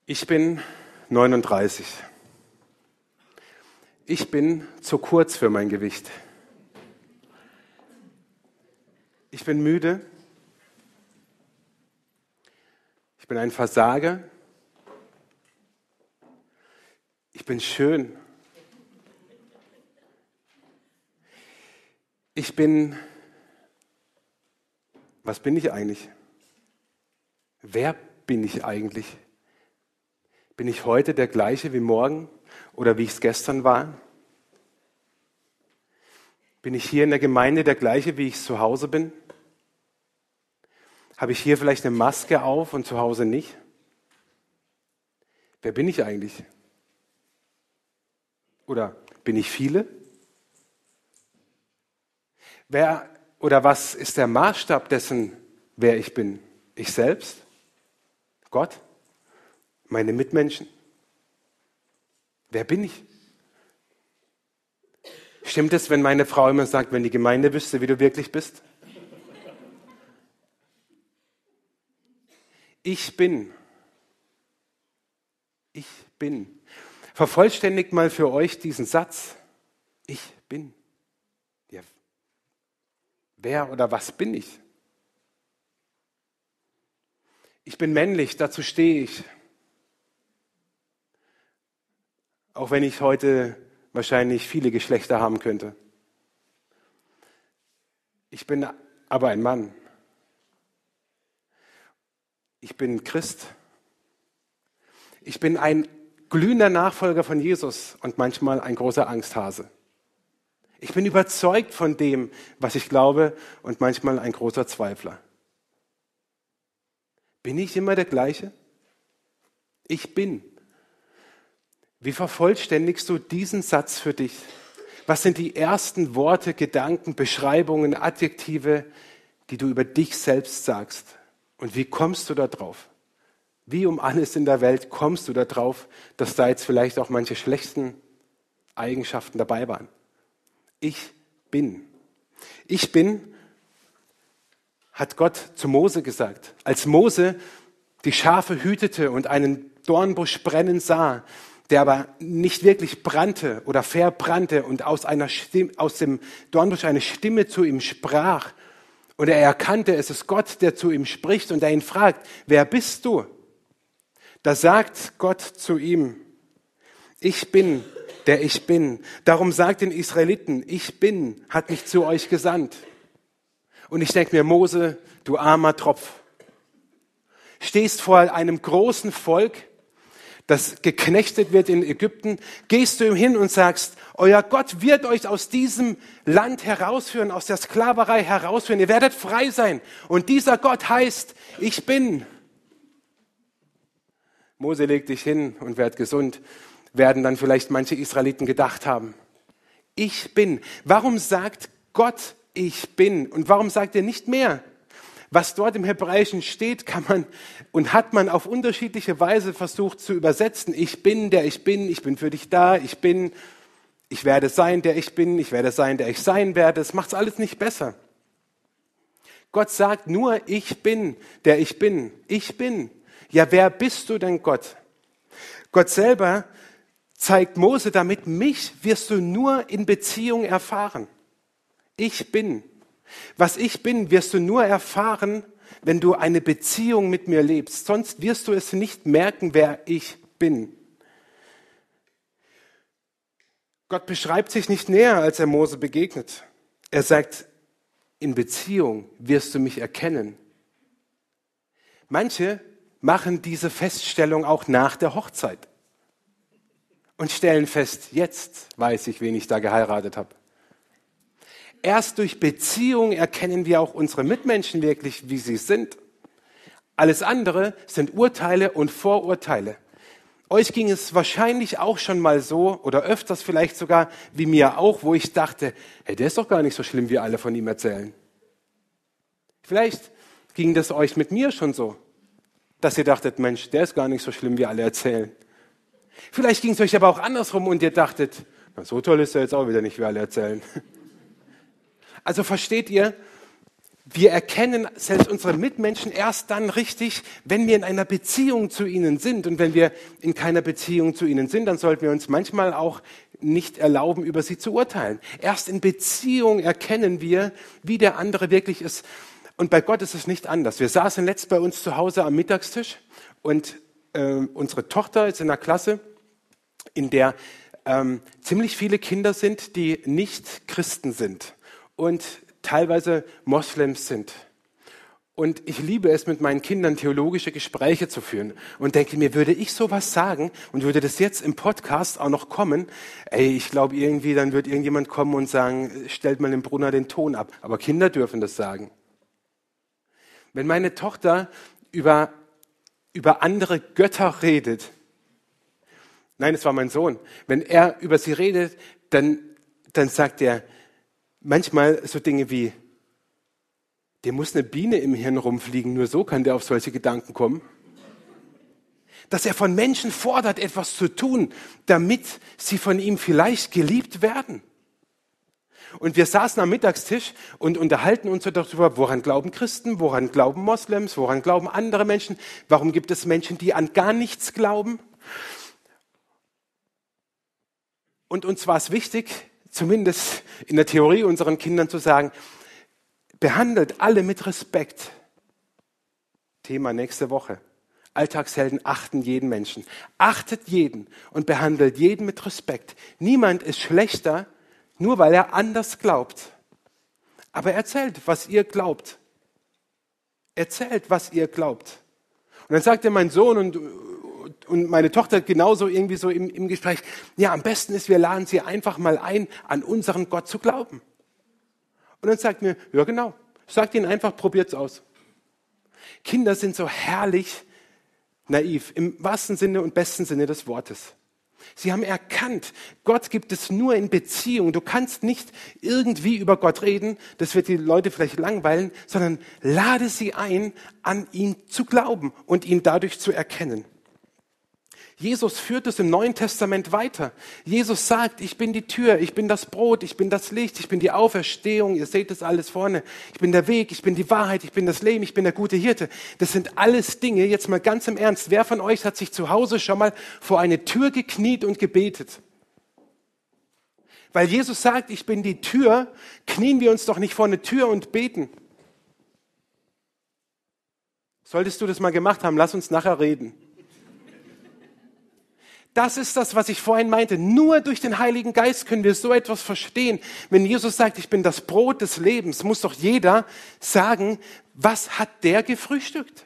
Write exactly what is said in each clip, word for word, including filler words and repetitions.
Ich bin neununddreißig. Ich bin zu kurz für mein Gewicht. Ich bin müde. Ich bin ein Versager. Ich bin schön. Ich bin, was bin ich eigentlich? Wer bin ich eigentlich? Bin ich heute der gleiche wie morgen oder wie ich es gestern war? Bin ich hier in der Gemeinde der gleiche, wie ich zu Hause bin? Habe ich hier vielleicht eine Maske auf und zu Hause nicht? Wer bin ich eigentlich? Oder bin ich viele? Wer oder was ist der Maßstab dessen, wer ich bin? Ich selbst? Gott? Meine Mitmenschen? Wer bin ich? Stimmt es, wenn meine Frau immer sagt, wenn die Gemeinde wüsste, wie du wirklich bist? Ich bin. Ich bin. Vervollständigt mal für euch diesen Satz. Ich bin. Ja. Wer oder was bin ich? Ich bin männlich, dazu stehe ich. Auch wenn ich heute wahrscheinlich viele Geschlechter haben könnte. Ich bin aber ein Mann. Ich bin Christ. Ich bin ein glühender Nachfolger von Jesus und manchmal ein großer Angsthase. Ich bin überzeugt von dem, was ich glaube und manchmal ein großer Zweifler. Bin ich immer der gleiche? Ich bin. Wie vervollständigst du diesen Satz für dich? Was sind die ersten Worte, Gedanken, Beschreibungen, Adjektive, die du über dich selbst sagst? Und wie kommst du da drauf? Wie um alles in der Welt kommst du da drauf, dass da jetzt vielleicht auch manche schlechten Eigenschaften dabei waren? Ich bin. Ich bin, hat Gott zu Mose gesagt. Als Mose die Schafe hütete und einen Dornbusch brennen sah, der aber nicht wirklich brannte oder verbrannte und aus, einer Stimme, aus dem Dornbusch eine Stimme zu ihm sprach. Und er erkannte, es ist Gott, der zu ihm spricht und er ihn fragt, wer bist du? Da sagt Gott zu ihm, ich bin, der ich bin. Darum sagt den Israeliten, ich bin, hat mich zu euch gesandt. Und ich denke mir, Mose, du armer Tropf, stehst vor einem großen Volk, das geknechtet wird in Ägypten, gehst du ihm hin und sagst, euer Gott wird euch aus diesem Land herausführen, aus der Sklaverei herausführen, ihr werdet frei sein. Und dieser Gott heißt, ich bin. Mose leg dich hin und werd gesund, werden dann vielleicht manche Israeliten gedacht haben. Ich bin. Warum sagt Gott, ich bin? Und warum sagt er nicht mehr? Was dort im Hebräischen steht, kann man und hat man auf unterschiedliche Weise versucht zu übersetzen. Ich bin, der ich bin, ich bin für dich da, ich bin, ich werde sein, der ich bin, ich werde sein, der ich sein werde. Das macht es alles nicht besser. Gott sagt nur, ich bin, der ich bin, ich bin. Ja, wer bist du denn, Gott? Gott selber zeigt Mose damit, mich wirst du nur in Beziehung erfahren. Ich bin. Was ich bin, wirst du nur erfahren, wenn du eine Beziehung mit mir lebst. Sonst wirst du es nicht merken, wer ich bin. Gott beschreibt sich nicht näher, als er Mose begegnet. Er sagt, in Beziehung wirst du mich erkennen. Manche machen diese Feststellung auch nach der Hochzeit und stellen fest, jetzt weiß ich, wen ich da geheiratet habe. Erst durch Beziehung erkennen wir auch unsere Mitmenschen wirklich, wie sie sind. Alles andere sind Urteile und Vorurteile. Euch ging es wahrscheinlich auch schon mal so, oder öfters vielleicht sogar, wie mir auch, wo ich dachte, hey, der ist doch gar nicht so schlimm, wie alle von ihm erzählen. Vielleicht ging das euch mit mir schon so, dass ihr dachtet, Mensch, der ist gar nicht so schlimm, wie alle erzählen. Vielleicht ging es euch aber auch andersrum und ihr dachtet, na, so toll ist er jetzt auch wieder nicht, wie alle erzählen. Also versteht ihr, Wir erkennen selbst unsere Mitmenschen erst dann richtig, wenn wir in einer Beziehung zu ihnen sind. Und wenn wir in keiner Beziehung zu ihnen sind, dann sollten wir uns manchmal auch nicht erlauben, über sie zu urteilen. Erst in Beziehung erkennen wir, wie der andere wirklich ist. Und bei Gott ist es nicht anders. Wir saßen letzt bei uns zu Hause am Mittagstisch und äh, unsere Tochter ist in einer Klasse, in der ähm, ziemlich viele Kinder sind, die nicht Christen sind und teilweise Moslems sind. Und ich liebe es, mit meinen Kindern theologische Gespräche zu führen und denke mir, würde ich sowas sagen und würde das jetzt im Podcast auch noch kommen, ey, ich glaube irgendwie, dann wird irgendjemand kommen und sagen, stellt mal dem Brunner den Ton ab. Aber Kinder dürfen das sagen. Wenn meine Tochter über, über andere Götter redet, nein, es war mein Sohn, wenn er über sie redet, dann, dann sagt er manchmal so Dinge wie, dir muss eine Biene im Hirn rumfliegen, nur so kann der auf solche Gedanken kommen. Dass er von Menschen fordert, etwas zu tun, damit sie von ihm vielleicht geliebt werden. Und wir saßen am Mittagstisch und unterhalten uns so darüber, woran glauben Christen, woran glauben Moslems, woran glauben andere Menschen, warum gibt es Menschen, die an gar nichts glauben. Und uns war es wichtig, zumindest in der Theorie unseren Kindern zu sagen, behandelt alle mit Respekt. Thema nächste Woche. Alltagshelden achten jeden Menschen. Achtet jeden und behandelt jeden mit Respekt. Niemand ist schlechter, nur weil er anders glaubt. Aber erzählt, was ihr glaubt. Erzählt, was ihr glaubt. Und dann sagte mein Sohn und, und meine Tochter genauso irgendwie so im, im Gespräch, ja, am besten ist, wir laden sie einfach mal ein, an unseren Gott zu glauben. Und dann sagt mir, ja genau, sagt ihnen einfach, probiert's aus. Kinder sind so herrlich naiv, im wahrsten Sinne und besten Sinne des Wortes. Sie haben erkannt, Gott gibt es nur in Beziehung. Du kannst nicht irgendwie über Gott reden, das wird die Leute vielleicht langweilen, sondern lade sie ein, an ihn zu glauben und ihn dadurch zu erkennen. Jesus führt es im Neuen Testament weiter. Jesus sagt, ich bin die Tür, ich bin das Brot, ich bin das Licht, ich bin die Auferstehung, ihr seht das alles vorne. Ich bin der Weg, ich bin die Wahrheit, ich bin das Leben, ich bin der gute Hirte. Das sind alles Dinge, jetzt mal ganz im Ernst, wer von euch hat sich zu Hause schon mal vor eine Tür gekniet und gebetet? Weil Jesus sagt, ich bin die Tür, knien wir uns doch nicht vor eine Tür und beten. Solltest du das mal gemacht haben, lass uns nachher reden. Das ist das, was ich vorhin meinte. Nur durch den Heiligen Geist können wir so etwas verstehen. Wenn Jesus sagt, ich bin das Brot des Lebens, muss doch jeder sagen, was hat der gefrühstückt?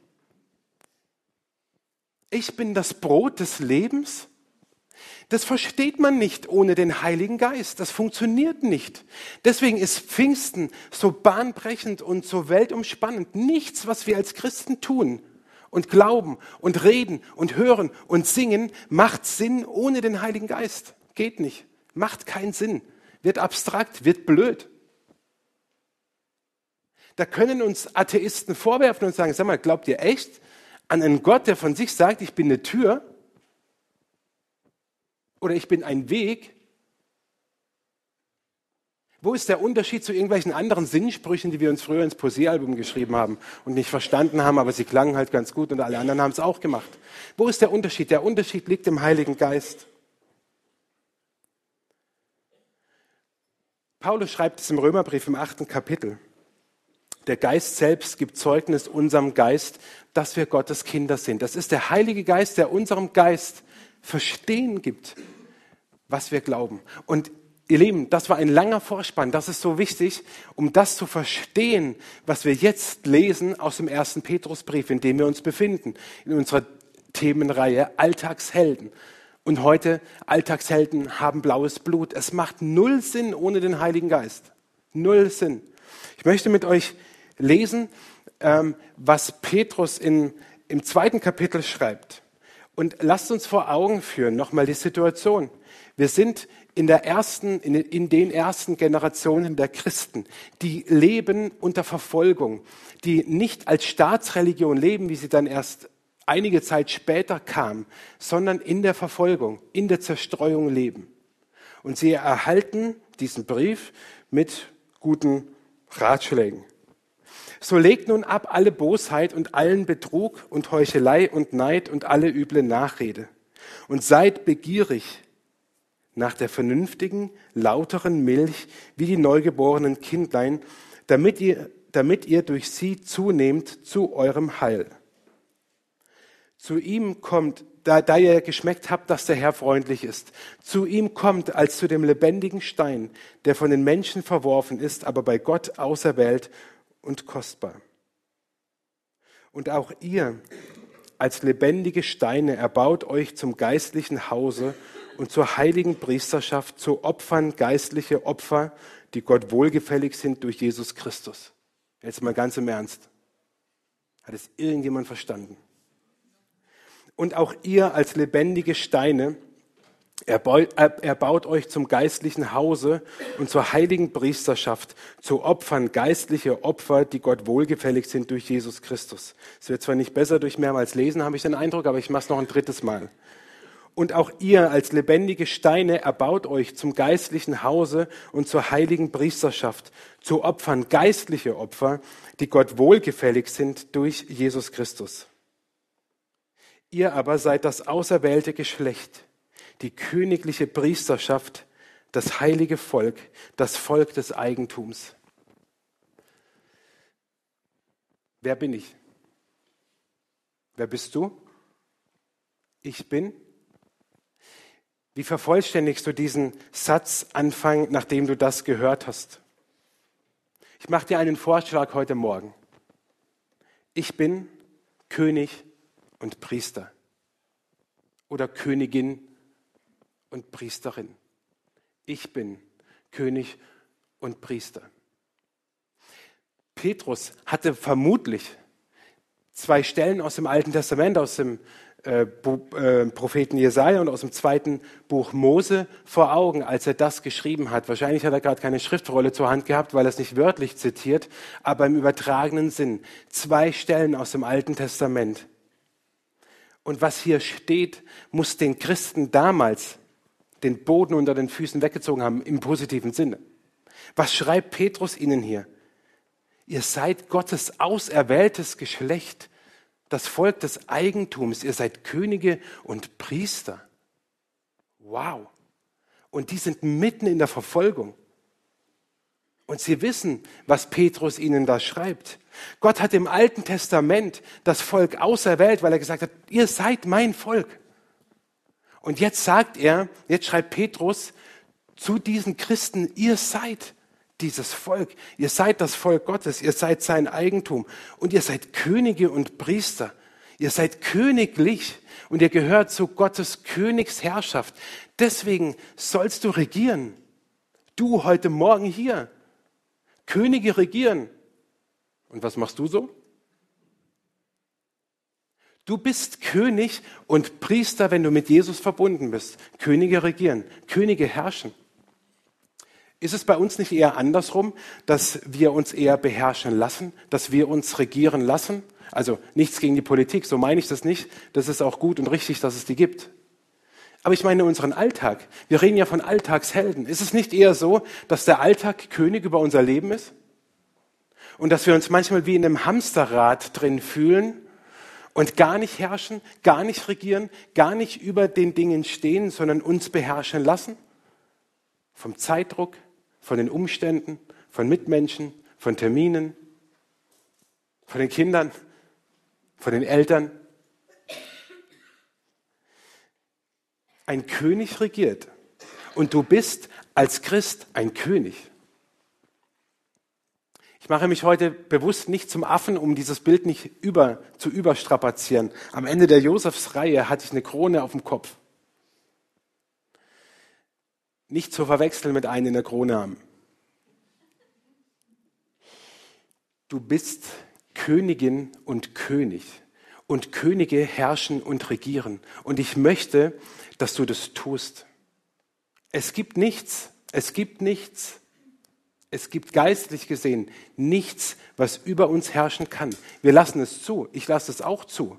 Ich bin das Brot des Lebens? Das versteht man nicht ohne den Heiligen Geist. Das funktioniert nicht. Deswegen ist Pfingsten so bahnbrechend und so weltumspannend. Nichts, was wir als Christen tun und glauben und reden und hören und singen, macht Sinn ohne den Heiligen Geist. Geht nicht. Macht keinen Sinn. Wird abstrakt, wird blöd. Da können uns Atheisten vorwerfen und sagen, sag mal, glaubt ihr echt an einen Gott, der von sich sagt, ich bin eine Tür oder ich bin ein Weg? Wo ist der Unterschied zu irgendwelchen anderen Sinnsprüchen, die wir uns früher ins Poesiealbum geschrieben haben und nicht verstanden haben, aber sie klangen halt ganz gut und alle anderen haben es auch gemacht? Wo ist der Unterschied? Der Unterschied liegt im Heiligen Geist. Paulus schreibt es im Römerbrief im achten Kapitel. Der Geist selbst gibt Zeugnis unserem Geist, dass wir Gottes Kinder sind. Das ist der Heilige Geist, der unserem Geist Verstehen gibt, was wir glauben. Und ihr Lieben, das war ein langer Vorspann. Das ist so wichtig, um das zu verstehen, was wir jetzt lesen aus dem ersten Petrusbrief, in dem wir uns befinden, in unserer Themenreihe Alltagshelden. Und heute, Alltagshelden haben blaues Blut. Es macht null Sinn ohne den Heiligen Geist. Null Sinn. Ich möchte mit euch lesen, ähm, was Petrus in, im zweiten Kapitel schreibt. Und lasst uns vor Augen führen, nochmal die Situation. Wir sind in, der ersten, in, in den ersten Generationen der Christen, die leben unter Verfolgung, die nicht als Staatsreligion leben, wie sie dann erst einige Zeit später kam, sondern in der Verfolgung, in der Zerstreuung leben. Und sie erhalten diesen Brief mit guten Ratschlägen. So legt nun ab alle Bosheit und allen Betrug und Heuchelei und Neid und alle üble Nachrede und seid begierig nach der vernünftigen, lauteren Milch wie die neugeborenen Kindlein, damit ihr, damit ihr durch sie zunehmt zu eurem Heil. Zu ihm kommt, da, da ihr geschmeckt habt, dass der Herr freundlich ist, zu ihm kommt als zu dem lebendigen Stein, der von den Menschen verworfen ist, aber bei Gott auserwählt und kostbar. Und auch ihr als lebendige Steine erbaut euch zum geistlichen Hause und zur heiligen Priesterschaft, zu Opfern geistliche Opfer, die Gott wohlgefällig sind durch Jesus Christus. Jetzt mal ganz im Ernst. Hat es irgendjemand verstanden? Und auch ihr als lebendige Steine erbaut, erbaut euch zum geistlichen Hause und zur heiligen Priesterschaft, zu Opfern geistliche Opfer, die Gott wohlgefällig sind durch Jesus Christus. Es wird zwar nicht besser durch mehrmals lesen, habe ich den Eindruck, aber ich mache es noch ein drittes Mal. Und auch ihr als lebendige Steine erbaut euch zum geistlichen Hause und zur heiligen Priesterschaft, zu Opfern geistliche Opfer, die Gott wohlgefällig sind durch Jesus Christus. Ihr aber seid das auserwählte Geschlecht, die königliche Priesterschaft, das heilige Volk, das Volk des Eigentums. Wer bin ich? Wer bist du? Ich bin. Wie vervollständigst du diesen Satzanfang, nachdem du das gehört hast? Ich mache dir einen Vorschlag heute Morgen. Ich bin König und Priester oder Königin und Priesterin. Ich bin König und Priester. Petrus hatte vermutlich zwei Stellen aus dem Alten Testament, aus dem äh, äh, Propheten Jesaja und aus dem zweiten Buch Mose vor Augen, als er das geschrieben hat. Wahrscheinlich hat er gerade keine Schriftrolle zur Hand gehabt, weil er es nicht wörtlich zitiert, aber im übertragenen Sinn. Zwei Stellen aus dem Alten Testament. Und was hier steht, muss den Christen damals den Boden unter den Füßen weggezogen haben, im positiven Sinne. Was schreibt Petrus ihnen hier? Ihr seid Gottes auserwähltes Geschlecht, das Volk des Eigentums. Ihr seid Könige und Priester. Wow. Und die sind mitten in der Verfolgung. Und sie wissen, was Petrus ihnen da schreibt. Gott hat im Alten Testament das Volk auserwählt, weil er gesagt hat, ihr seid mein Volk. Und jetzt sagt er, jetzt schreibt Petrus zu diesen Christen, ihr seid dieses Volk. Ihr seid das Volk Gottes, ihr seid sein Eigentum. Und ihr seid Könige und Priester. Ihr seid königlich und ihr gehört zu Gottes Königsherrschaft. Deswegen sollst du regieren. Du heute Morgen hier. Könige regieren. Und was machst du so? Du bist König und Priester, wenn du mit Jesus verbunden bist. Könige regieren, Könige herrschen. Ist es bei uns nicht eher andersrum, dass wir uns eher beherrschen lassen, dass wir uns regieren lassen? Also nichts gegen die Politik, so meine ich das nicht. Das ist auch gut und richtig, dass es die gibt. Aber ich meine unseren Alltag. Wir reden ja von Alltagshelden. Ist es nicht eher so, dass der Alltag König über unser Leben ist? Und dass wir uns manchmal wie in einem Hamsterrad drin fühlen und gar nicht herrschen, gar nicht regieren, gar nicht über den Dingen stehen, sondern uns beherrschen lassen? Vom Zeitdruck, von den Umständen, von Mitmenschen, von Terminen, von den Kindern, von den Eltern. Ein König regiert und du bist als Christ ein König. Ich mache mich heute bewusst nicht zum Affen, um dieses Bild nicht über, zu überstrapazieren. Am Ende der Josefsreihe hatte ich eine Krone auf dem Kopf. Nicht zu verwechseln mit einem in der Krone haben. Du bist Königin und König. Und Könige herrschen und regieren. Und ich möchte, dass du das tust. Es gibt nichts, es gibt nichts, es gibt geistlich gesehen nichts, was über uns herrschen kann. Wir lassen es zu. Ich lasse es auch zu, weil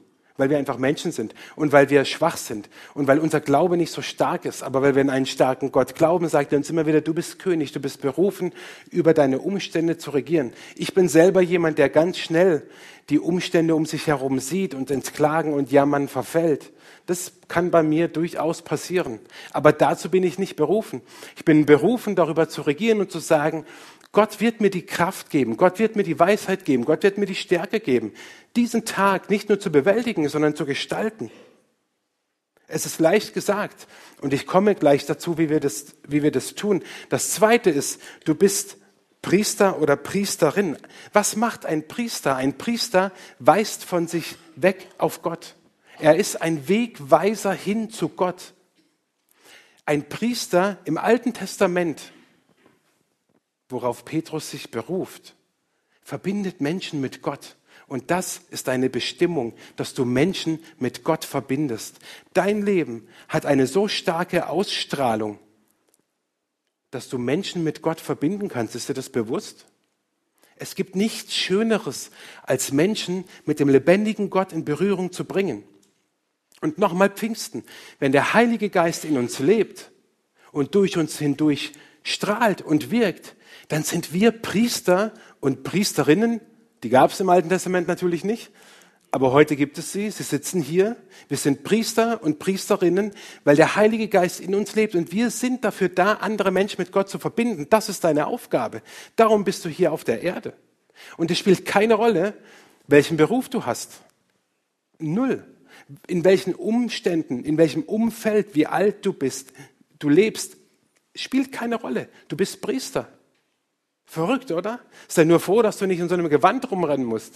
weil wir einfach Menschen sind und weil wir schwach sind und weil unser Glaube nicht so stark ist. Aber weil wir an einen starken Gott glauben, sagt er uns immer wieder, du bist König, du bist berufen, über deine Umstände zu regieren. Ich bin selber jemand, der ganz schnell die Umstände um sich herum sieht und ins Klagen und Jammern verfällt. Das kann bei mir durchaus passieren. Aber dazu bin ich nicht berufen. Ich bin berufen, darüber zu regieren und zu sagen, Gott wird mir die Kraft geben, Gott wird mir die Weisheit geben, Gott wird mir die Stärke geben, diesen Tag nicht nur zu bewältigen, sondern zu gestalten. Es ist leicht gesagt und ich komme gleich dazu, wie wir das, wie wir das tun. Das Zweite ist, du bist Priester oder Priesterin. Was macht ein Priester? Ein Priester weist von sich weg auf Gott. Er ist ein Wegweiser hin zu Gott. Ein Priester im Alten Testament, worauf Petrus sich beruft, verbindet Menschen mit Gott. Und das ist deine Bestimmung, dass du Menschen mit Gott verbindest. Dein Leben hat eine so starke Ausstrahlung, dass du Menschen mit Gott verbinden kannst. Ist dir das bewusst? Es gibt nichts Schöneres, als Menschen mit dem lebendigen Gott in Berührung zu bringen. Und nochmal Pfingsten, wenn der Heilige Geist in uns lebt und durch uns hindurch strahlt und wirkt, dann sind wir Priester und Priesterinnen. Die gab es im Alten Testament natürlich nicht, aber heute gibt es sie. Sie sitzen hier. Wir sind Priester und Priesterinnen, weil der Heilige Geist in uns lebt und wir sind dafür da, andere Menschen mit Gott zu verbinden. Das ist deine Aufgabe. Darum bist du hier auf der Erde. Und es spielt keine Rolle, welchen Beruf du hast. Null. In welchen Umständen, in welchem Umfeld, wie alt du bist, du lebst, spielt keine Rolle. Du bist Priester. Verrückt, oder? Sei nur froh, dass du nicht in so einem Gewand rumrennen musst.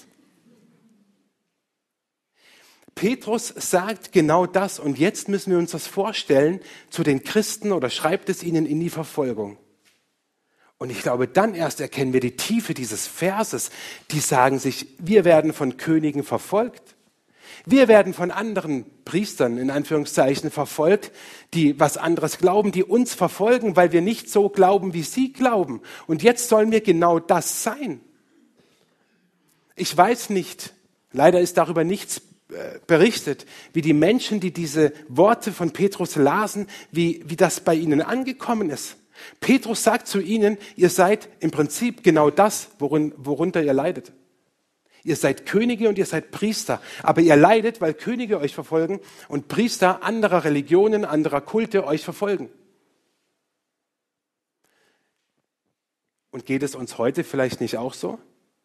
Petrus sagt genau das und jetzt müssen wir uns das vorstellen zu den Christen oder schreibt es ihnen in die Verfolgung. Und ich glaube, dann erst erkennen wir die Tiefe dieses Verses. Die sagen sich, wir werden von Königen verfolgt. Wir werden von anderen Priestern, in Anführungszeichen, verfolgt, die was anderes glauben, die uns verfolgen, weil wir nicht so glauben, wie sie glauben. Und jetzt sollen wir genau das sein. Ich weiß nicht, leider ist darüber nichts äh, berichtet, wie die Menschen, die diese Worte von Petrus lasen, wie, wie das bei ihnen angekommen ist. Petrus sagt zu ihnen, ihr seid im Prinzip genau das, worun, worunter ihr leidet. Ihr seid Könige und ihr seid Priester, aber ihr leidet, weil Könige euch verfolgen und Priester anderer Religionen, anderer Kulte euch verfolgen. Und geht es uns heute vielleicht nicht auch so?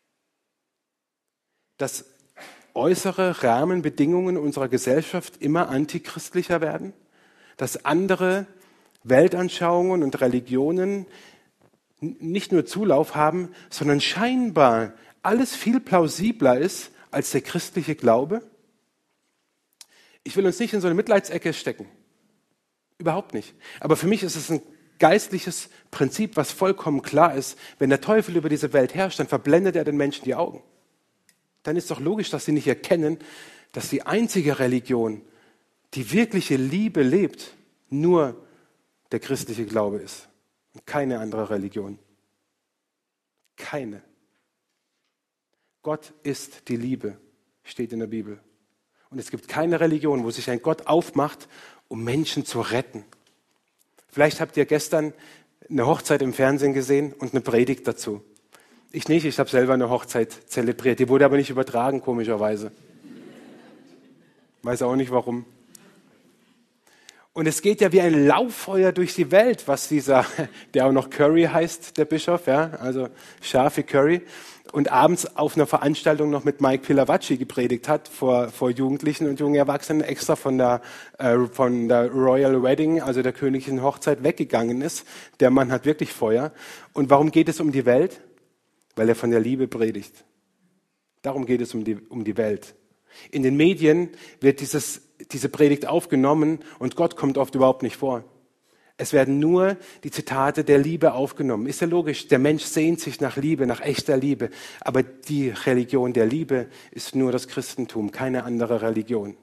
Dass äußere Rahmenbedingungen unserer Gesellschaft immer antichristlicher werden? Dass andere Weltanschauungen und Religionen nicht nur Zulauf haben, sondern scheinbar alles viel plausibler ist als der christliche Glaube? Ich will uns nicht in so eine Mitleidsecke stecken. Überhaupt nicht. Aber für mich ist es ein geistliches Prinzip, was vollkommen klar ist. Wenn der Teufel über diese Welt herrscht, dann verblendet er den Menschen die Augen. Dann ist doch logisch, dass sie nicht erkennen, dass die einzige Religion, die wirkliche Liebe lebt, nur der christliche Glaube ist. Und keine andere Religion. Keine. Gott ist die Liebe, steht in der Bibel. Und es gibt keine Religion, wo sich ein Gott aufmacht, um Menschen zu retten. Vielleicht habt ihr gestern eine Hochzeit im Fernsehen gesehen und eine Predigt dazu. Ich nicht, ich habe selber eine Hochzeit zelebriert. Die wurde aber nicht übertragen, komischerweise. Weiß auch nicht warum. Und es geht ja wie ein Lauffeuer durch die Welt, was dieser, der auch noch Curry heißt, der Bischof, ja, also scharfe Curry, und abends auf einer Veranstaltung noch mit Mike Pilavachi gepredigt hat vor, vor Jugendlichen und jungen Erwachsenen, extra von der, äh, von der Royal Wedding, also der königlichen Hochzeit, weggegangen ist. Der Mann hat wirklich Feuer. Und warum geht es um die Welt? Weil er von der Liebe predigt. Darum geht es um die, um die Welt. In den Medien wird dieses, diese Predigt aufgenommen und Gott kommt oft überhaupt nicht vor. Es werden nur die Zitate der Liebe aufgenommen. Ist ja logisch, der Mensch sehnt sich nach Liebe, nach echter Liebe. Aber die Religion der Liebe ist nur das Christentum, keine andere Religion.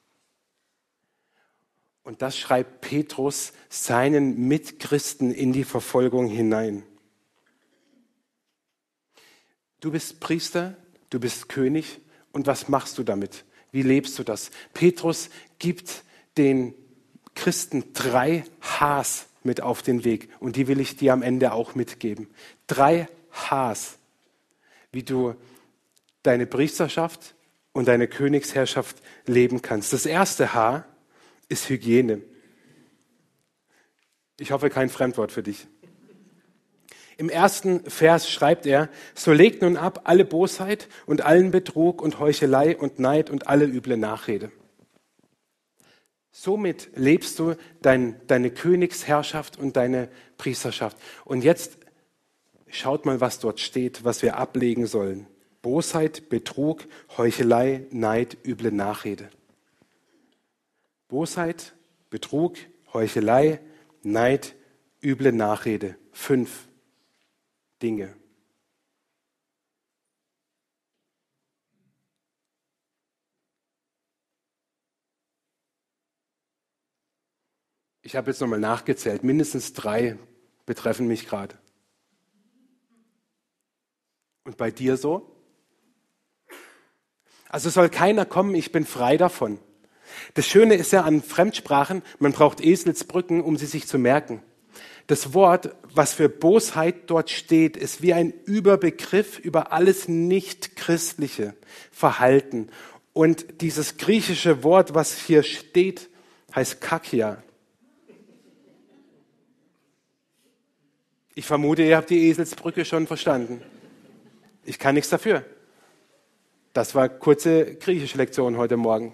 Und das schreibt Petrus seinen Mitchristen in die Verfolgung hinein. Du bist Priester, du bist König und was machst du damit? Wie lebst du das? Petrus gibt den Christen drei Hs mit auf den Weg. Und die will ich dir am Ende auch mitgeben. Drei Hs, wie du deine Priesterschaft und deine Königsherrschaft leben kannst. Das erste H ist Hygiene. Ich hoffe, kein Fremdwort für dich. Im ersten Vers schreibt er, so legt nun ab alle Bosheit und allen Betrug und Heuchelei und Neid und alle üble Nachrede. Somit lebst du dein, deine Königsherrschaft und deine Priesterschaft. Und jetzt schaut mal, was dort steht, was wir ablegen sollen. Bosheit, Betrug, Heuchelei, Neid, üble Nachrede. Bosheit, Betrug, Heuchelei, Neid, üble Nachrede. Fünf Dinge. Ich habe jetzt nochmal nachgezählt. Mindestens drei betreffen mich gerade. Und bei dir so? Also soll keiner kommen, ich bin frei davon. Das Schöne ist ja an Fremdsprachen, man braucht Eselsbrücken, um sie sich zu merken. Das Wort, was für Bosheit dort steht, ist wie ein Überbegriff über alles nicht-christliche Verhalten. Und dieses griechische Wort, was hier steht, heißt kakia. Ich vermute, ihr habt die Eselsbrücke schon verstanden. Ich kann nichts dafür. Das war kurze griechische Lektion heute Morgen.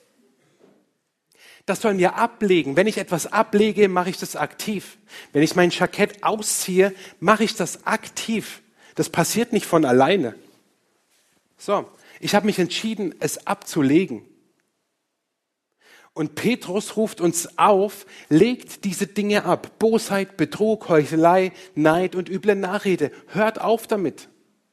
Das sollen wir ablegen. Wenn ich etwas ablege, mache ich das aktiv. Wenn ich mein Jackett ausziehe, mache ich das aktiv. Das passiert nicht von alleine. So, ich habe mich entschieden, es abzulegen. Und Petrus ruft uns auf, legt diese Dinge ab. Bosheit, Betrug, Heuchelei, Neid und üble Nachrede. Hört auf damit.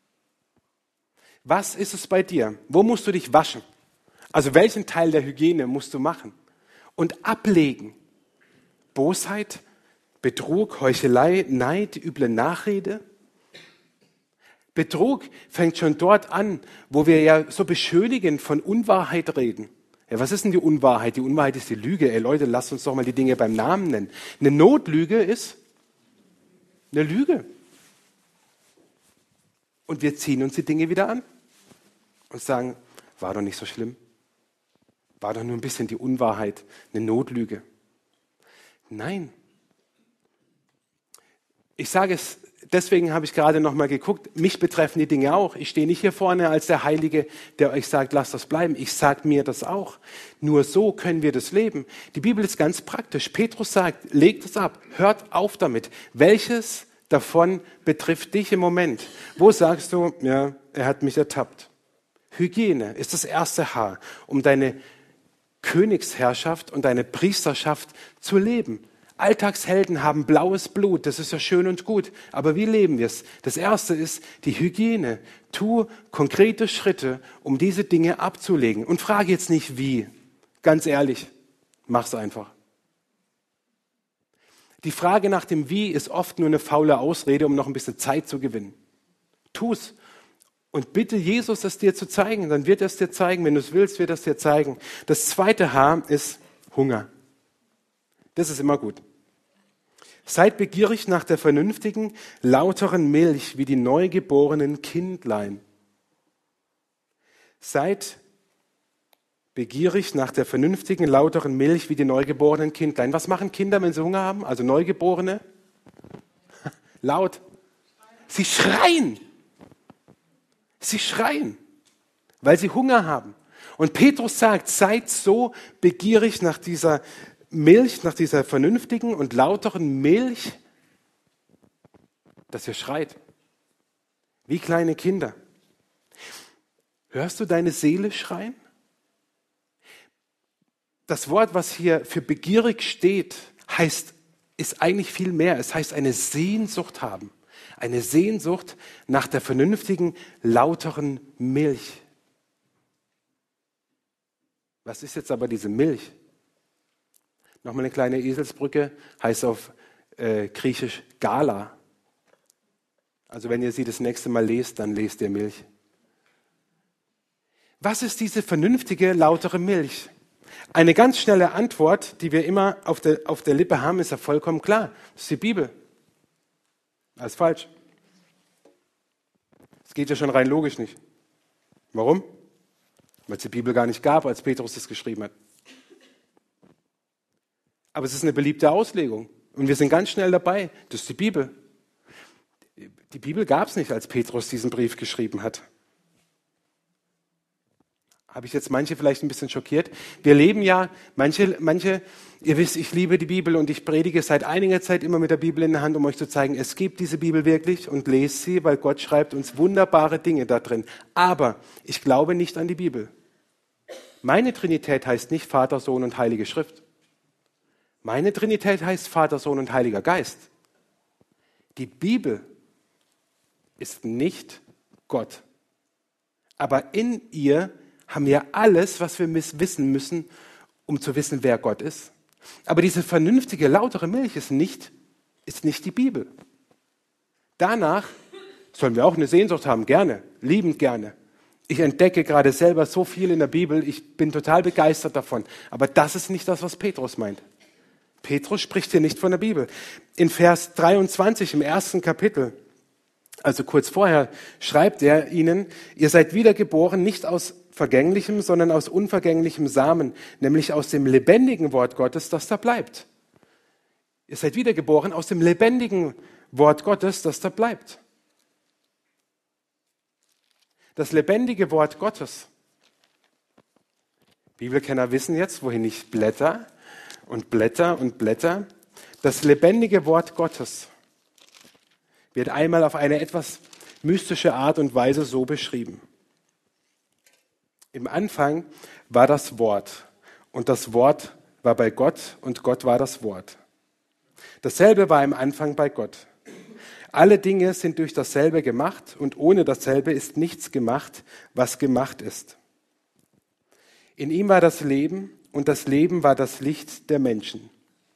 Was ist es bei dir? Wo musst du dich waschen? Also welchen Teil der Hygiene musst du machen? Und ablegen. Bosheit, Betrug, Heuchelei, Neid, üble Nachrede. Betrug fängt schon dort an, wo wir ja so beschönigend von Unwahrheit reden. Ja, was ist denn die Unwahrheit? Die Unwahrheit ist die Lüge. Ey Leute, lasst uns doch mal die Dinge beim Namen nennen. Eine Notlüge ist eine Lüge. Und wir ziehen uns die Dinge wieder an und sagen, war doch nicht so schlimm. War doch nur ein bisschen die Unwahrheit, eine Notlüge. Nein. Ich sage es, deswegen habe ich gerade noch mal geguckt, mich betreffen die Dinge auch. Ich stehe nicht hier vorne als der Heilige, der euch sagt, lasst das bleiben. Ich sage mir das auch. Nur so können wir das leben. Die Bibel ist ganz praktisch. Petrus sagt, legt es ab, hört auf damit. Welches davon betrifft dich im Moment? Wo sagst du, ja, er hat mich ertappt? Hygiene ist das erste H, um deine Königsherrschaft und deine Priesterschaft zu leben. Alltagshelden haben blaues Blut, das ist ja schön und gut, aber wie leben wir es? Das erste ist die Hygiene. Tu konkrete Schritte, um diese Dinge abzulegen. Und frage jetzt nicht wie. Ganz ehrlich, mach's einfach. Die Frage nach dem Wie ist oft nur eine faule Ausrede, um noch ein bisschen Zeit zu gewinnen. Tu's. Und bitte Jesus, es dir zu zeigen. Dann wird er es dir zeigen. Wenn du es willst, wird er es dir zeigen. Das zweite H ist Hunger. Das ist immer gut. Seid begierig nach der vernünftigen, lauteren Milch wie die neugeborenen Kindlein. Seid begierig nach der vernünftigen, lauteren Milch wie die neugeborenen Kindlein. Was machen Kinder, wenn sie Hunger haben? Also Neugeborene? Laut. Sie schreien. Sie schreien, weil sie Hunger haben. Und Petrus sagt, seid so begierig nach dieser Milch, nach dieser vernünftigen und lauteren Milch, dass ihr schreit. Wie kleine Kinder. Hörst du deine Seele schreien? Das Wort, was hier für begierig steht, heißt, ist eigentlich viel mehr. Es heißt eine Sehnsucht haben. Eine Sehnsucht nach der vernünftigen, lauteren Milch. Was ist jetzt aber diese Milch? Nochmal eine kleine Eselsbrücke, heißt auf äh, Griechisch Gala. Also wenn ihr sie das nächste Mal lest, dann lest ihr Milch. Was ist diese vernünftige, lautere Milch? Eine ganz schnelle Antwort, die wir immer auf der, auf der Lippe haben, ist ja vollkommen klar. Das ist die Bibel. Alles falsch. Das geht ja schon rein logisch nicht. Warum? Weil es die Bibel gar nicht gab, als Petrus das geschrieben hat. Aber es ist eine beliebte Auslegung. Und wir sind ganz schnell dabei. Das ist die Bibel. Die Bibel gab es nicht, als Petrus diesen Brief geschrieben hat. Habe ich jetzt manche vielleicht ein bisschen schockiert? Wir leben ja, manche, manche, ihr wisst, ich liebe die Bibel und ich predige seit einiger Zeit immer mit der Bibel in der Hand, um euch zu zeigen, es gibt diese Bibel wirklich und lest sie, weil Gott schreibt uns wunderbare Dinge da drin. Aber ich glaube nicht an die Bibel. Meine Trinität heißt nicht Vater, Sohn und Heilige Schrift. Meine Trinität heißt Vater, Sohn und Heiliger Geist. Die Bibel ist nicht Gott. Aber in ihr haben wir alles, was wir wissen müssen, um zu wissen, wer Gott ist. Aber diese vernünftige, lautere Milch ist nicht, ist nicht die Bibel. Danach sollen wir auch eine Sehnsucht haben, gerne, liebend gerne. Ich entdecke gerade selber so viel in der Bibel, ich bin total begeistert davon. Aber das ist nicht das, was Petrus meint. Petrus spricht hier nicht von der Bibel. In Vers dreiundzwanzig im ersten Kapitel, also kurz vorher, schreibt er ihnen, ihr seid wiedergeboren, nicht aus vergänglichem, sondern aus unvergänglichem Samen, nämlich aus dem lebendigen Wort Gottes, das da bleibt. Ihr seid wiedergeboren aus dem lebendigen Wort Gottes, das da bleibt. Das lebendige Wort Gottes. Bibelkenner wissen jetzt, wohin ich blätter und blätter und blätter. Das lebendige Wort Gottes wird einmal auf eine etwas mystische Art und Weise so beschrieben. Im Anfang war das Wort und das Wort war bei Gott und Gott war das Wort. Dasselbe war im Anfang bei Gott. Alle Dinge sind durch dasselbe gemacht und ohne dasselbe ist nichts gemacht, was gemacht ist. In ihm war das Leben und das Leben war das Licht der Menschen.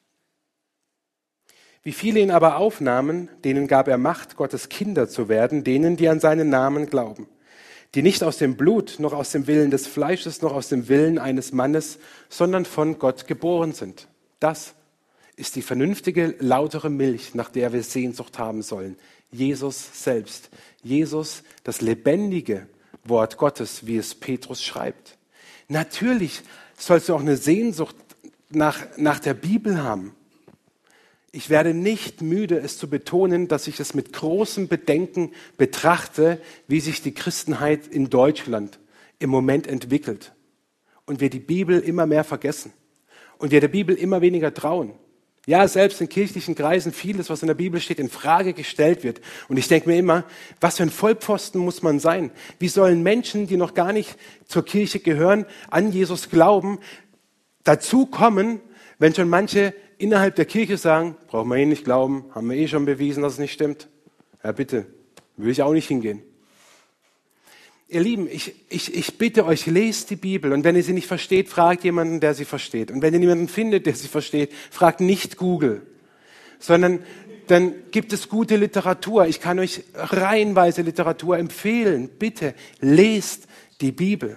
Wie viele ihn aber aufnahmen, denen gab er Macht, Gottes Kinder zu werden, denen, die an seinen Namen glauben, die nicht aus dem Blut, noch aus dem Willen des Fleisches, noch aus dem Willen eines Mannes, sondern von Gott geboren sind. Das ist die vernünftige, lautere Milch, nach der wir Sehnsucht haben sollen. Jesus selbst. Jesus, das lebendige Wort Gottes, wie es Petrus schreibt. Natürlich sollst du auch eine Sehnsucht nach, nach der Bibel haben. Ich werde nicht müde, es zu betonen, dass ich es mit großem Bedenken betrachte, wie sich die Christenheit in Deutschland im Moment entwickelt. Und wir die Bibel immer mehr vergessen. Und wir der Bibel immer weniger trauen. Ja, selbst in kirchlichen Kreisen vieles, was in der Bibel steht, in Frage gestellt wird. Und ich denke mir immer, was für ein Vollpfosten muss man sein? Wie sollen Menschen, die noch gar nicht zur Kirche gehören, an Jesus glauben, dazu kommen, wenn schon manche innerhalb der Kirche sagen, brauchen wir eh nicht glauben, haben wir eh schon bewiesen, dass es nicht stimmt. Ja bitte, will ich auch nicht hingehen. Ihr Lieben, ich, ich, ich bitte euch, lest die Bibel und wenn ihr sie nicht versteht, fragt jemanden, der sie versteht. Und wenn ihr niemanden findet, der sie versteht, fragt nicht Google, sondern dann gibt es gute Literatur. Ich kann euch reihenweise Literatur empfehlen. Bitte, lest die Bibel.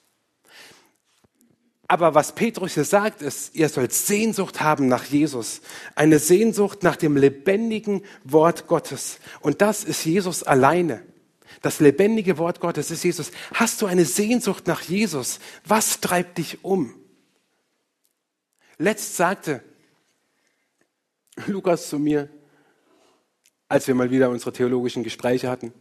Aber was Petrus hier sagt, ist, ihr sollt Sehnsucht haben nach Jesus. Eine Sehnsucht nach dem lebendigen Wort Gottes. Und das ist Jesus alleine. Das lebendige Wort Gottes ist Jesus. Hast du eine Sehnsucht nach Jesus? Was treibt dich um? Letzt sagte Lukas zu mir, als wir mal wieder unsere theologischen Gespräche hatten,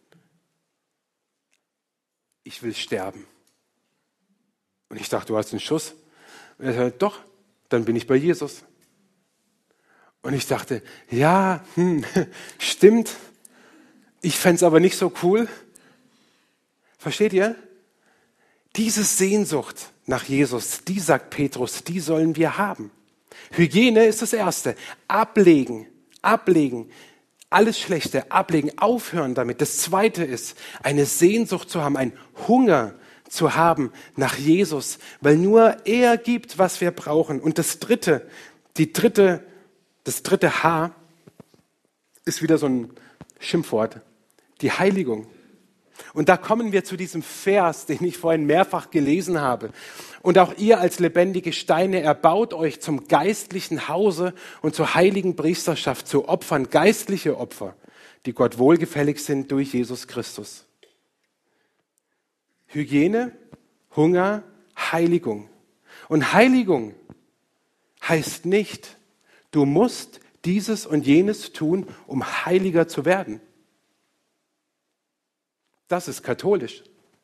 ich will sterben. Und ich dachte, du hast einen Schuss. Und er sagte, doch, dann bin ich bei Jesus. Und ich dachte, ja, hm, stimmt. Ich fände es aber nicht so cool. Versteht ihr? Diese Sehnsucht nach Jesus, die sagt Petrus, die sollen wir haben. Hygiene ist das Erste. Ablegen, ablegen. Alles Schlechte, ablegen, aufhören damit. Das Zweite ist, eine Sehnsucht zu haben, ein Hunger zu haben nach Jesus, weil nur er gibt, was wir brauchen. Und das dritte, die dritte, das dritte H ist wieder so ein Schimpfwort. Die Heiligung. Und da kommen wir zu diesem Vers, den ich vorhin mehrfach gelesen habe. Und auch ihr als lebendige Steine erbaut euch zum geistlichen Hause und zur heiligen Priesterschaft, zu Opfern, geistliche Opfer, die Gott wohlgefällig sind durch Jesus Christus. Hygiene, Hunger, Heiligung. Und Heiligung heißt nicht, du musst dieses und jenes tun, um heiliger zu werden. Das ist katholisch.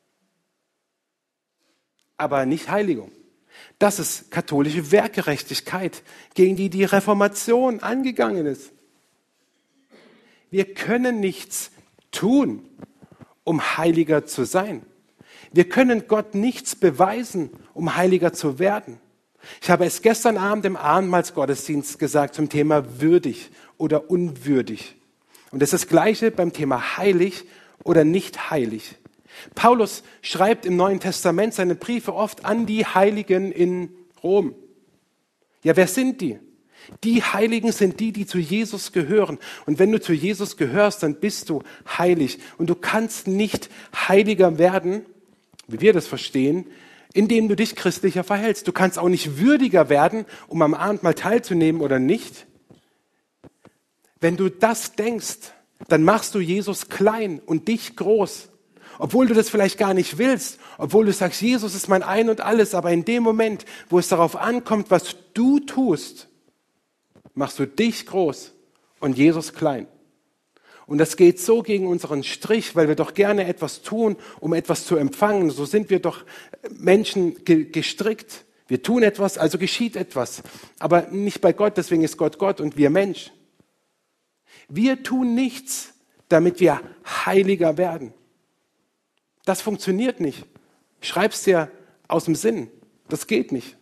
Aber nicht Heiligung. Das ist katholische Werkgerechtigkeit, gegen die die Reformation angegangen ist. Wir können nichts tun, um heiliger zu sein. Wir können Gott nichts beweisen, um heiliger zu werden. Ich habe es gestern Abend im Abendmahlsgottesdienst gesagt zum Thema würdig oder unwürdig. Und das ist das Gleiche beim Thema heilig oder nicht heilig. Paulus schreibt im Neuen Testament seine Briefe oft an die Heiligen in Rom. Ja, wer sind die? Die Heiligen sind die, die zu Jesus gehören. Und wenn du zu Jesus gehörst, dann bist du heilig. Und du kannst nicht heiliger werden, wie wir das verstehen, indem du dich christlicher verhältst. Du kannst auch nicht würdiger werden, um am Abendmahl teilzunehmen oder nicht. Wenn du das denkst, dann machst du Jesus klein und dich groß. Obwohl du das vielleicht gar nicht willst, obwohl du sagst, Jesus ist mein Ein und Alles, aber in dem Moment, wo es darauf ankommt, was du tust, machst du dich groß und Jesus klein. Und das geht so gegen unseren Strich, weil wir doch gerne etwas tun, um etwas zu empfangen. So sind wir doch Menschen ge- gestrickt. Wir tun etwas, also geschieht etwas. Aber nicht bei Gott, deswegen ist Gott Gott und wir Mensch. Wir tun nichts, damit wir heiliger werden. Das funktioniert nicht. Schreib's dir aus dem Sinn. Das geht nicht.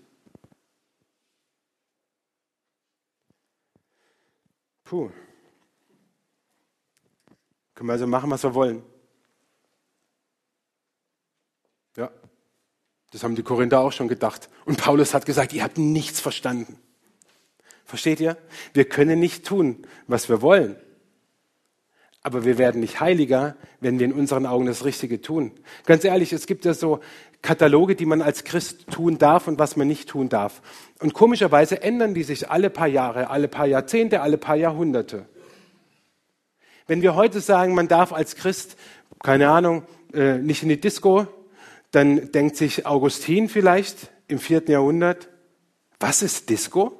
Puh. Können wir also machen, was wir wollen. Ja, das haben die Korinther auch schon gedacht. Und Paulus hat gesagt, ihr habt nichts verstanden. Versteht ihr? Wir können nicht tun, was wir wollen. Aber wir werden nicht heiliger, wenn wir in unseren Augen das Richtige tun. Ganz ehrlich, es gibt ja so Kataloge, die man als Christ tun darf und was man nicht tun darf. Und komischerweise ändern die sich alle paar Jahre, alle paar Jahrzehnte, alle paar Jahrhunderte. Wenn wir heute sagen, man darf als Christ, keine Ahnung, äh, nicht in die Disco, dann denkt sich Augustin vielleicht im vierten Jahrhundert, was ist Disco?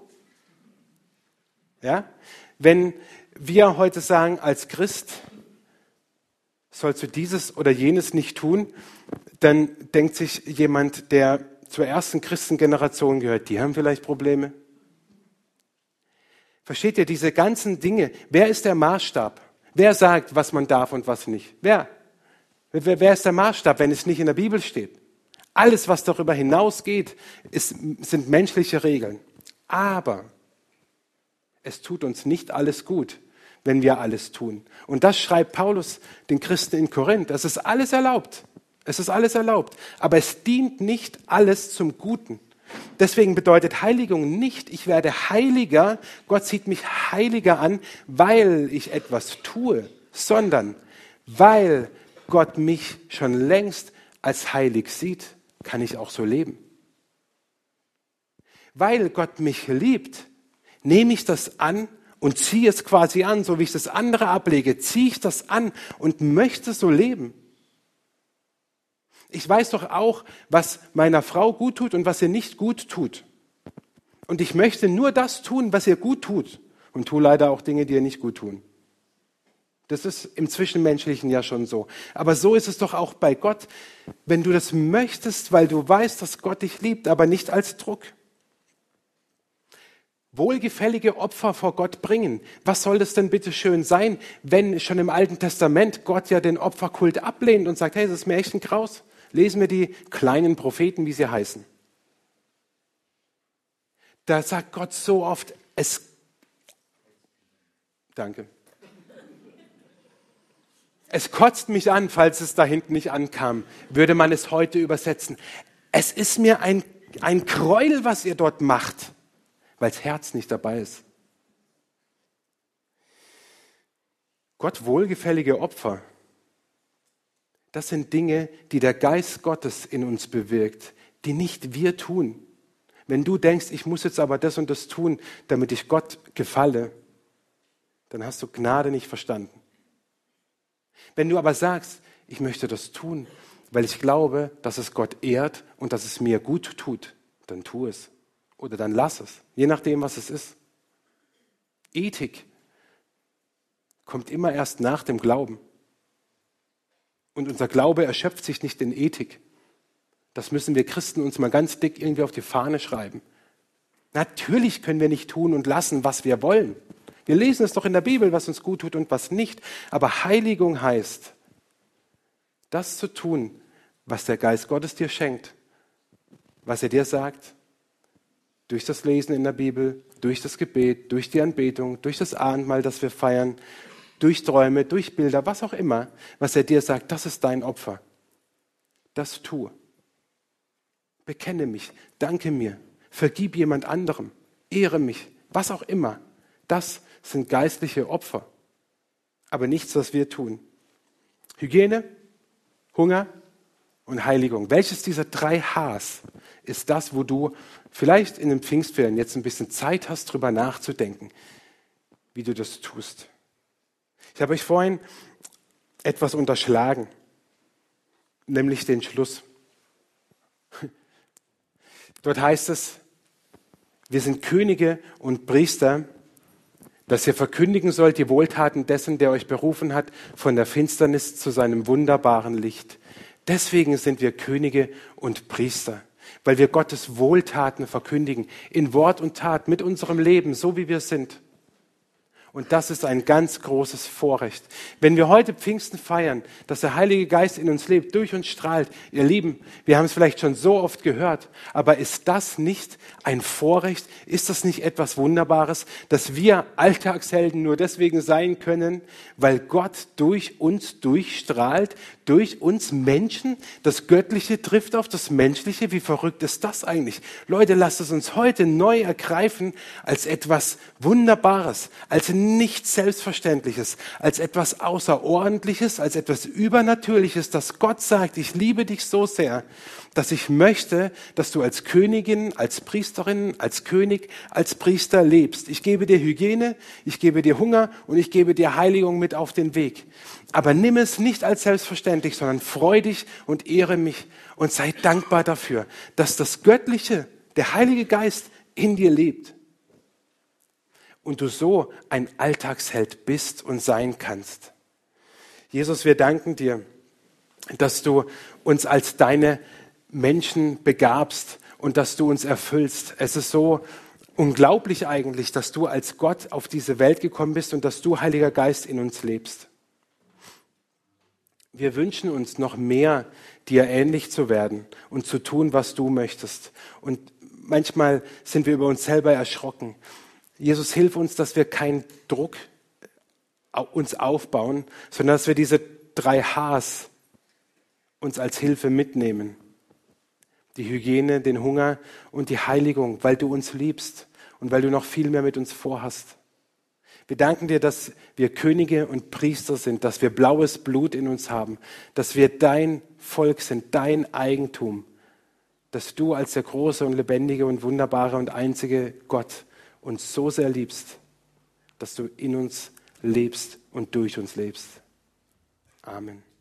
Ja? Wenn wir heute sagen, als Christ sollst du dieses oder jenes nicht tun, dann denkt sich jemand, der zur ersten Christengeneration gehört, die haben vielleicht Probleme. Versteht ihr, diese ganzen Dinge, wer ist der Maßstab? Wer sagt, was man darf und was nicht? Wer? Wer, wer ist der Maßstab, wenn es nicht in der Bibel steht? Alles, was darüber hinausgeht, ist, sind menschliche Regeln. Aber es tut uns nicht alles gut, wenn wir alles tun. Und das schreibt Paulus den Christen in Korinth. Es ist alles erlaubt. Es ist alles erlaubt. Aber es dient nicht alles zum Guten. Deswegen bedeutet Heiligung nicht, ich werde heiliger, Gott sieht mich heiliger an, weil ich etwas tue, sondern weil Gott mich schon längst als heilig sieht, kann ich auch so leben. Weil Gott mich liebt, nehme ich das an und ziehe es quasi an, so wie ich das andere ablege, ziehe ich das an und möchte so leben. Ich weiß doch auch, was meiner Frau gut tut und was ihr nicht gut tut. Und ich möchte nur das tun, was ihr gut tut. Und tue leider auch Dinge, die ihr nicht gut tun. Das ist im Zwischenmenschlichen ja schon so. Aber so ist es doch auch bei Gott. Wenn du das möchtest, weil du weißt, dass Gott dich liebt, aber nicht als Druck. Wohlgefällige Opfer vor Gott bringen. Was soll das denn bitte schön sein, wenn schon im Alten Testament Gott ja den Opferkult ablehnt und sagt, hey, das ist mir echt ein Graus. Lesen wir die kleinen Propheten, wie sie heißen. Da sagt Gott so oft, es, danke. Es kotzt mich an, falls es da hinten nicht ankam, würde man es heute übersetzen. Es ist mir ein, ein Gräuel, was ihr dort macht, weil das Herz nicht dabei ist. Gott wohlgefällige Opfer, Das sind Dinge, die der Geist Gottes in uns bewirkt, die nicht wir tun. Wenn du denkst, ich muss jetzt aber das und das tun, damit ich Gott gefalle, dann hast du Gnade nicht verstanden. Wenn du aber sagst, ich möchte das tun, weil ich glaube, dass es Gott ehrt und dass es mir gut tut, dann tu es. Oder dann lass es, je nachdem, was es ist. Ethik kommt immer erst nach dem Glauben. Und unser Glaube erschöpft sich nicht in Ethik. Das müssen wir Christen uns mal ganz dick irgendwie auf die Fahne schreiben. Natürlich können wir nicht tun und lassen, was wir wollen. Wir lesen es doch in der Bibel, was uns gut tut und was nicht. Aber Heiligung heißt, das zu tun, was der Geist Gottes dir schenkt, was er dir sagt, durch das Lesen in der Bibel, durch das Gebet, durch die Anbetung, durch das Abendmahl, das wir feiern, durch Träume, durch Bilder, was auch immer, was er dir sagt, das ist dein Opfer. Das tue. Bekenne mich, danke mir, vergib jemand anderem, ehre mich, was auch immer. Das sind geistliche Opfer, aber nichts, was wir tun. Hygiene, Hunger und Heiligung. Welches dieser drei Hs ist das, wo du vielleicht in den Pfingstferien jetzt ein bisschen Zeit hast, drüber nachzudenken, wie du das tust? Ich habe euch vorhin etwas unterschlagen, nämlich den Schluss. Dort heißt es, wir sind Könige und Priester, dass ihr verkündigen sollt die Wohltaten dessen, der euch berufen hat, von der Finsternis zu seinem wunderbaren Licht. Deswegen sind wir Könige und Priester, weil wir Gottes Wohltaten verkündigen, in Wort und Tat, mit unserem Leben, so wie wir sind. Und das ist ein ganz großes Vorrecht. Wenn wir heute Pfingsten feiern, dass der Heilige Geist in uns lebt, durch uns strahlt, ihr Lieben, wir haben es vielleicht schon so oft gehört, aber ist das nicht ein Vorrecht? Ist das nicht etwas Wunderbares, dass wir Alltagshelden nur deswegen sein können, weil Gott durch uns durchstrahlt, durch uns Menschen? Das Göttliche trifft auf das Menschliche. Wie verrückt ist das eigentlich? Leute, lasst es uns heute neu ergreifen als etwas Wunderbares, als nichts Selbstverständliches, als etwas Außerordentliches, als etwas Übernatürliches, dass Gott sagt, ich liebe dich so sehr, dass ich möchte, dass du als Königin, als Priesterin, als König, als Priester lebst. Ich gebe dir Hygiene, ich gebe dir Hunger und ich gebe dir Heiligung mit auf den Weg. Aber nimm es nicht als selbstverständlich, sondern freu dich und ehre mich und sei dankbar dafür, dass das Göttliche, der Heilige Geist in dir lebt. Und du so ein Alltagsheld bist und sein kannst. Jesus, wir danken dir, dass du uns als deine Menschen begabst und dass du uns erfüllst. Es ist so unglaublich eigentlich, dass du als Gott auf diese Welt gekommen bist und dass du, Heiliger Geist, in uns lebst. Wir wünschen uns noch mehr, dir ähnlich zu werden und zu tun, was du möchtest. Und manchmal sind wir über uns selber erschrocken. Jesus, hilf uns, dass wir keinen Druck uns aufbauen, sondern dass wir diese drei Hs uns als Hilfe mitnehmen. Die Hygiene, den Hunger und die Heiligung, weil du uns liebst und weil du noch viel mehr mit uns vorhast. Wir danken dir, dass wir Könige und Priester sind, dass wir blaues Blut in uns haben, dass wir dein Volk sind, dein Eigentum, dass du als der große und lebendige und wunderbare und einzige Gott uns so sehr liebst, dass du in uns lebst und durch uns lebst. Amen.